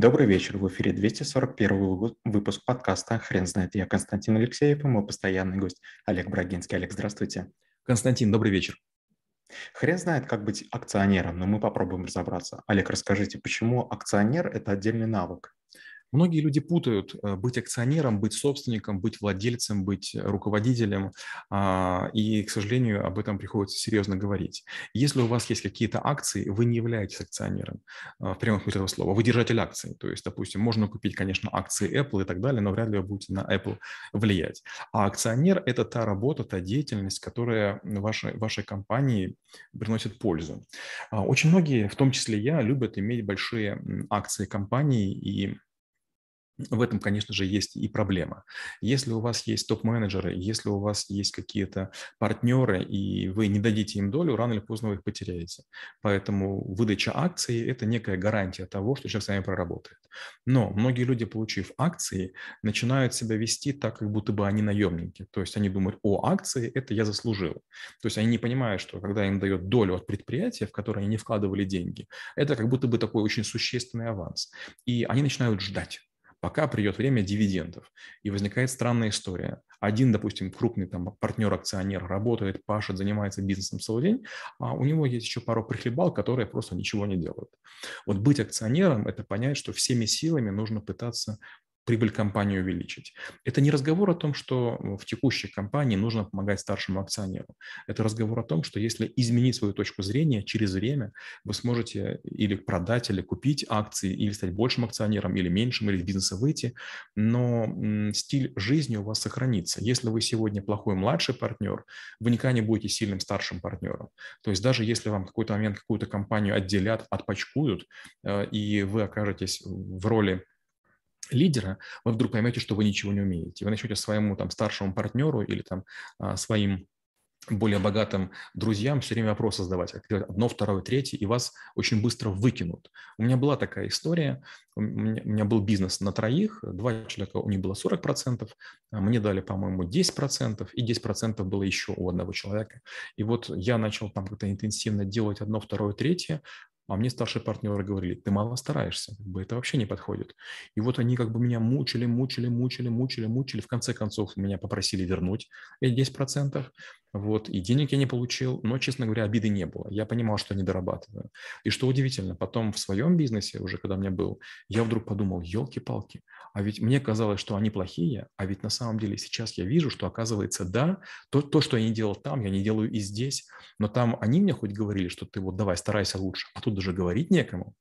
Добрый вечер, в эфире 241 выпуск подкаста «Хрен знает». Я Константин Алексеев и мой постоянный гость Олег Брагинский. Олег, здравствуйте. Константин, добрый вечер. Хрен знает, как быть акционером, но мы попробуем разобраться. Олег, расскажите, почему акционер– это отдельный навык? Многие люди путают быть акционером, быть собственником, быть владельцем, быть руководителем, и, к сожалению, об этом приходится серьезно говорить. Если у вас есть какие-то акции, вы не являетесь акционером, в прямом смысле этого слова. Вы держатель акций. То есть, допустим, можно купить, конечно, акции Apple и так далее, но вряд ли вы будете на Apple влиять. А акционер– это та работа, та деятельность, которая вашей компании приносит пользу. Очень многие, в том числе я, любят иметь большие акции компании, и в этом, конечно же, есть и проблема. Если у вас есть топ-менеджеры, если у вас есть какие-то партнеры, и вы не дадите им долю, рано или поздно вы их потеряете. Поэтому выдача акций– это некая гарантия того, что человек с вами проработает. Но многие люди, получив акции, начинают себя вести так, как будто бы они наемники. То есть они думают: о, акции– это я заслужил. То есть они не понимают, что когда им дают долю от предприятия, в которое они не вкладывали деньги, это как будто бы такой очень существенный аванс. И они начинают ждать, пока придет время дивидендов. И возникает странная история. Один, допустим, крупный там партнер-акционер работает, пашет, занимается бизнесом целый день, а у него есть еще пару прихлебал, которые просто ничего не делают. Вот быть акционером– это понять, что всеми силами нужно пытаться прибыль компании увеличить. Это не разговор о том, что в текущей компании нужно помогать старшему акционеру. Это разговор о том, что если изменить свою точку зрения, через время вы сможете или продать, или купить акции, или стать большим акционером, или меньшим, или из бизнеса выйти, но стиль жизни у вас сохранится. Если вы сегодня плохой младший партнер, вы никогда не будете сильным старшим партнером. То есть даже если вам в какой-то момент какую-то компанию отделят, отпачкуют, и вы окажетесь в роли лидера, вы вдруг поймете, что вы ничего не умеете. Вы начнете своему там старшему партнеру или там своим более богатым друзьям все время вопросы задавать, как делать одно, второе, третье, и вас очень быстро выкинут. У меня была такая история, у меня был бизнес на троих, два человека, у них было 40%, мне дали, по-моему, 10%, и 10% было еще у одного человека. И вот я начал там как-то интенсивно делать одно, второе, третье, а мне старшие партнеры говорили: ты мало стараешься, как бы это вообще не подходит. И вот они как бы меня мучили, в конце концов меня попросили вернуть эти 10%. Вот, и денег я не получил, но, честно говоря, обиды не было. Я понимал, что не дорабатываю. И что удивительно, потом в своем бизнесе, уже когда у меня был, я вдруг подумал: елки-палки, а ведь мне казалось, что они плохие, а ведь на самом деле сейчас я вижу, что оказывается, да, то, что я не делал там, я не делаю и здесь, но там они мне хоть говорили, что ты вот давай старайся лучше, а тут даже говорить некому.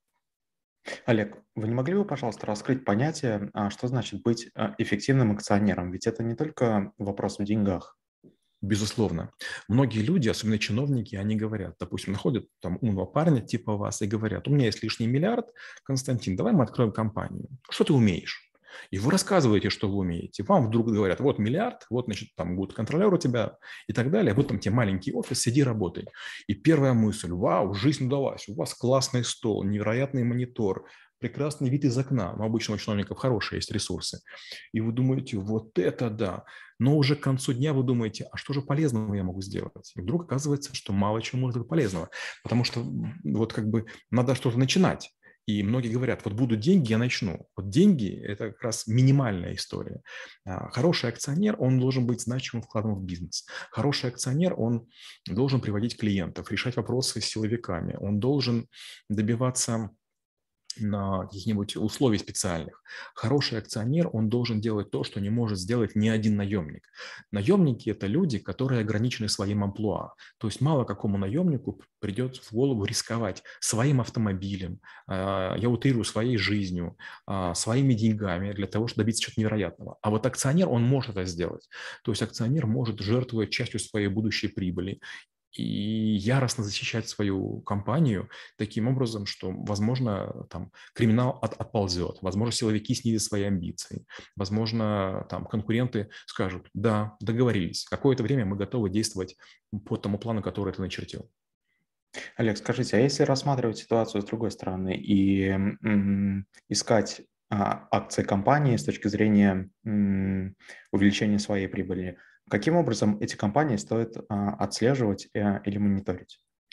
Олег, вы не могли бы, пожалуйста, раскрыть понятие, что значит быть эффективным акционером? Ведь это не только вопрос в деньгах. Безусловно. Многие люди, особенно чиновники, они говорят, допустим, находят там умного парня типа вас и говорят: у меня есть лишний миллиард, Константин, давай мы откроем компанию. Что ты умеешь? И вы рассказываете, что вы умеете. Вам вдруг говорят: вот миллиард, вот, значит, там будет контролер у тебя и так далее. Вот там тебе маленький офис, сиди, работай. И первая мысль: вау, жизнь удалась, у вас классный стол, невероятный монитор, прекрасный вид из окна. Но обычно у чиновников хорошие есть ресурсы. И вы думаете: вот это да. Но уже к концу дня вы думаете: а что же полезного я могу сделать? И вдруг оказывается, что мало чего может быть полезного. Потому что вот как бы надо что-то начинать. И многие говорят: вот будут деньги, я начну. Вот деньги– это как раз минимальная история. Хороший акционер, он должен быть значимым вкладом в бизнес. Хороший акционер, он должен приводить клиентов, решать вопросы с силовиками. Он должен добиваться на каких-нибудь условий специальных. Хороший акционер, он должен делать то, что не может сделать ни один наемник. Наемники– это люди, которые ограничены своим амплуа. То есть мало какому наемнику придет в голову рисковать своим автомобилем, я утрирую, своей жизнью, своими деньгами для того, чтобы добиться чего-то невероятного. А вот акционер, он может это сделать. То есть акционер может жертвовать частью своей будущей прибыли и яростно защищать свою компанию таким образом, что, возможно, там криминал отползет, возможно, силовики снизят свои амбиции, возможно, там конкуренты скажут: да, договорились, какое-то время мы готовы действовать по тому плану, который ты начертил. Олег, скажите, а если рассматривать ситуацию с другой стороны и искать акции компании с точки зрения увеличения своей прибыли, каким образом эти компании стоит отслеживать или мониторить?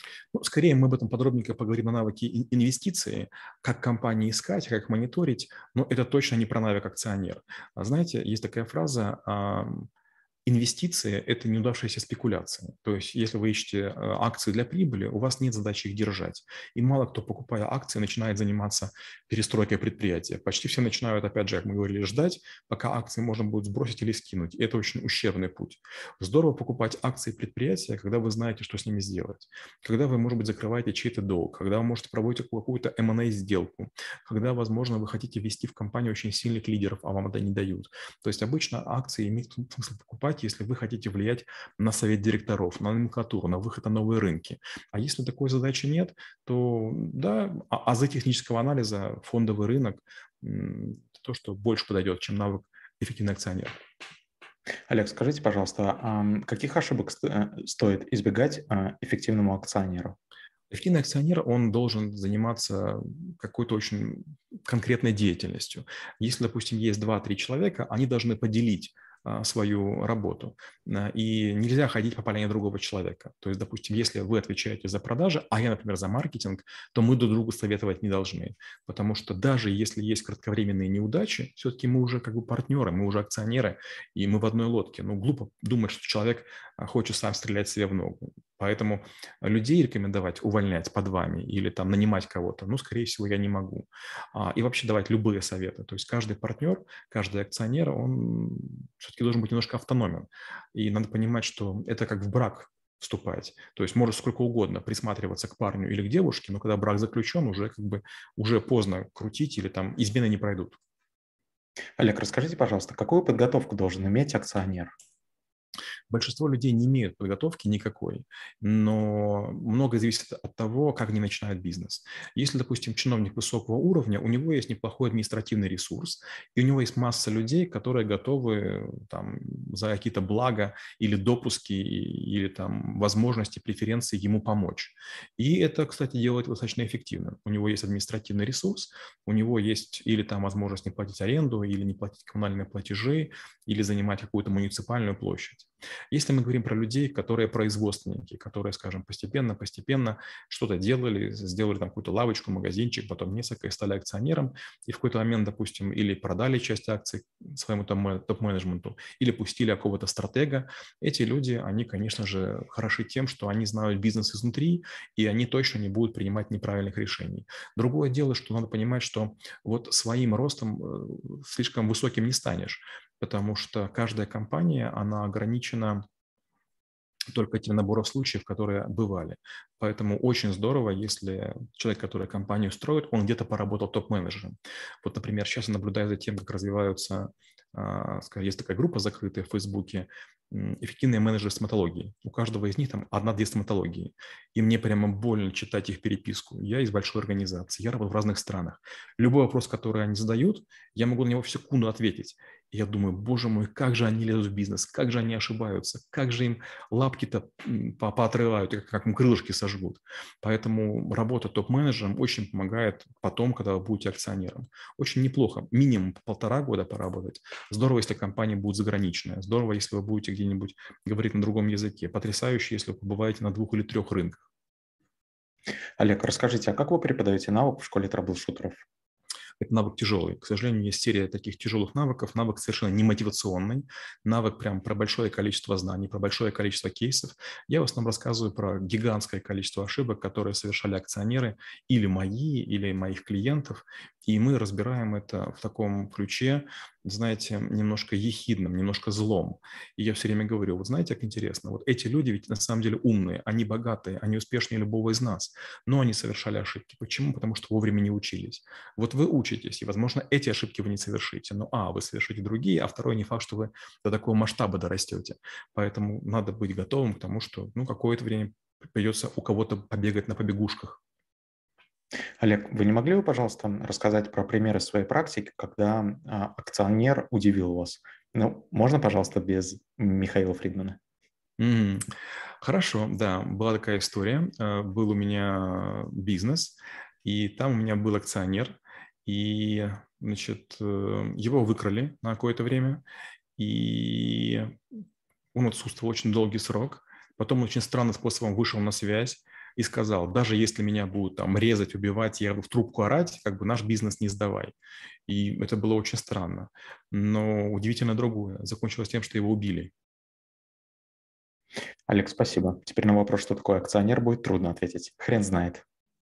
Ну, скорее мы об этом подробненько поговорим на навыки инвестиции, как компании искать, как мониторить, но это точно не про навык акционер. Знаете, есть такая фраза: инвестиции – это неудавшаяся спекуляция. То есть если вы ищете акции для прибыли, у вас нет задачи их держать. И мало кто, покупая акции, начинает заниматься перестройкой предприятия. Почти все начинают, опять же, как мы говорили, ждать, пока акции можно будет сбросить или скинуть. И это очень ущербный путь. Здорово покупать акции предприятия, когда вы знаете, что с ними сделать. Когда вы, может быть, закрываете чей-то долг, когда вы можете проводить какую-то M&A-сделку, когда, возможно, вы хотите ввести в компанию очень сильных лидеров, а вам это не дают. То есть обычно акции имеет смысл покупать, если вы хотите влиять на совет директоров, на номенклатуру, на выход на новые рынки. А если такой задачи нет, то да, азы технического анализа, фондовый рынок – то, что больше подойдет, чем навык эффективный акционер. Олег, скажите, пожалуйста, каких ошибок стоит избегать эффективному акционеру? Эффективный акционер, он должен заниматься какой-то очень конкретной деятельностью. Если, допустим, есть 2-3 человека, они должны поделить свою работу. И нельзя ходить по поляне другого человека. То есть, допустим, если вы отвечаете за продажи, а я, например, за маркетинг, то мы друг другу советовать не должны. Потому что даже если есть кратковременные неудачи, все-таки мы уже как бы партнеры, мы уже акционеры, и мы в одной лодке. Ну, глупо думать, что человек хочет сам стрелять себе в ногу. Поэтому людей рекомендовать увольнять под вами или там нанимать кого-то, ну, скорее всего, я не могу. И вообще давать любые советы. То есть каждый партнер, каждый акционер, он все-таки должен быть немножко автономен. И надо понимать, что это как в брак вступать. То есть может сколько угодно присматриваться к парню или к девушке, но когда брак заключен, уже как бы уже поздно крутить или там измены не пройдут. Олег, расскажите, пожалуйста, какую подготовку должен иметь акционер? Большинство людей не имеют подготовки никакой, но многое зависит от того, как они начинают бизнес. Если, допустим, чиновник высокого уровня, у него есть неплохой административный ресурс, и у него есть масса людей, которые готовы там, за какие-то блага или допуски, или там, возможности, преференции ему помочь. И это, кстати, делает достаточно эффективно. У него есть административный ресурс, у него есть или там возможность не платить аренду, или не платить коммунальные платежи, или занимать какую-то муниципальную площадь. Если мы говорим про людей, которые производственники, которые, скажем, постепенно что-то делали, сделали там какую-то лавочку, магазинчик, потом несколько и стали акционером, и в какой-то момент, допустим, или продали часть акций своему топ-менеджменту, или пустили какого-то стратега, эти люди, они, конечно же, хороши тем, что они знают бизнес изнутри, и они точно не будут принимать неправильных решений. Другое дело, что надо понимать, что вот своим ростом слишком высоким не станешь, потому что каждая компания, она ограничена только тем набором случаев, которые бывали. Поэтому очень здорово, если человек, который компанию строит, он где-то поработал топ-менеджером. Вот, например, сейчас я наблюдаю за тем, как развиваются, скажем, есть такая группа закрытая в Фейсбуке, эффективные менеджеры стоматологии. У каждого из них там 1-2 стоматологии. И мне прямо больно читать их переписку. Я из большой организации, я работаю в разных странах. Любой вопрос, который они задают, я могу на него в секунду ответить. И я думаю, боже мой, как же они лезут в бизнес, как же они ошибаются, как же им лапки-то поотрывают, как им крылышки сожгут. Поэтому работа топ-менеджером очень помогает потом, когда вы будете акционером. Очень неплохо, минимум 1,5 года поработать. Здорово, если компания будет заграничная. Здорово, если вы будете где-нибудь говорить на другом языке. Потрясающе, если вы побываете на 2 или 3 рынках. Олег, расскажите, а как вы преподаете навык в школе трэблшутеров? Это навык тяжелый. К сожалению, есть серия таких тяжелых навыков. Навык совершенно не мотивационный. Навык прям про большое количество знаний, про большое количество кейсов. Я в основном рассказываю про гигантское количество ошибок, которые совершали акционеры или мои, или моих клиентов. И мы разбираем это в таком ключе, знаете, немножко ехидном, немножко злом. И я все время говорю, вот знаете, как интересно, вот эти люди ведь на самом деле умные, они богатые, они успешнее любого из нас, но они совершали ошибки. Почему? Потому что вовремя не учились. Вот вы учитесь, и, возможно, эти ошибки вы не совершите, но, вы совершите другие, а второй, не факт, что вы до такого масштаба дорастете. Поэтому надо быть готовым к тому, что, какое-то время придется у кого-то побегать на побегушках. Олег, вы не могли бы, пожалуйста, рассказать про примеры своей практики, когда акционер удивил вас? Ну, можно, пожалуйста, без Михаила Фридмана? Хорошо, да, была такая история. Был у меня бизнес, и там у меня был акционер, и, значит, его выкрали на какое-то время, и он отсутствовал очень долгий срок. Потом очень странным способом вышел на связь, и сказал: даже если меня будут там резать, убивать, я буду в трубку орать, как бы наш бизнес не сдавай. И это было очень странно. Но удивительно другое. Закончилось тем, что его убили. Олег, спасибо. Теперь на вопрос, что такое акционер, будет трудно ответить. Хрен знает.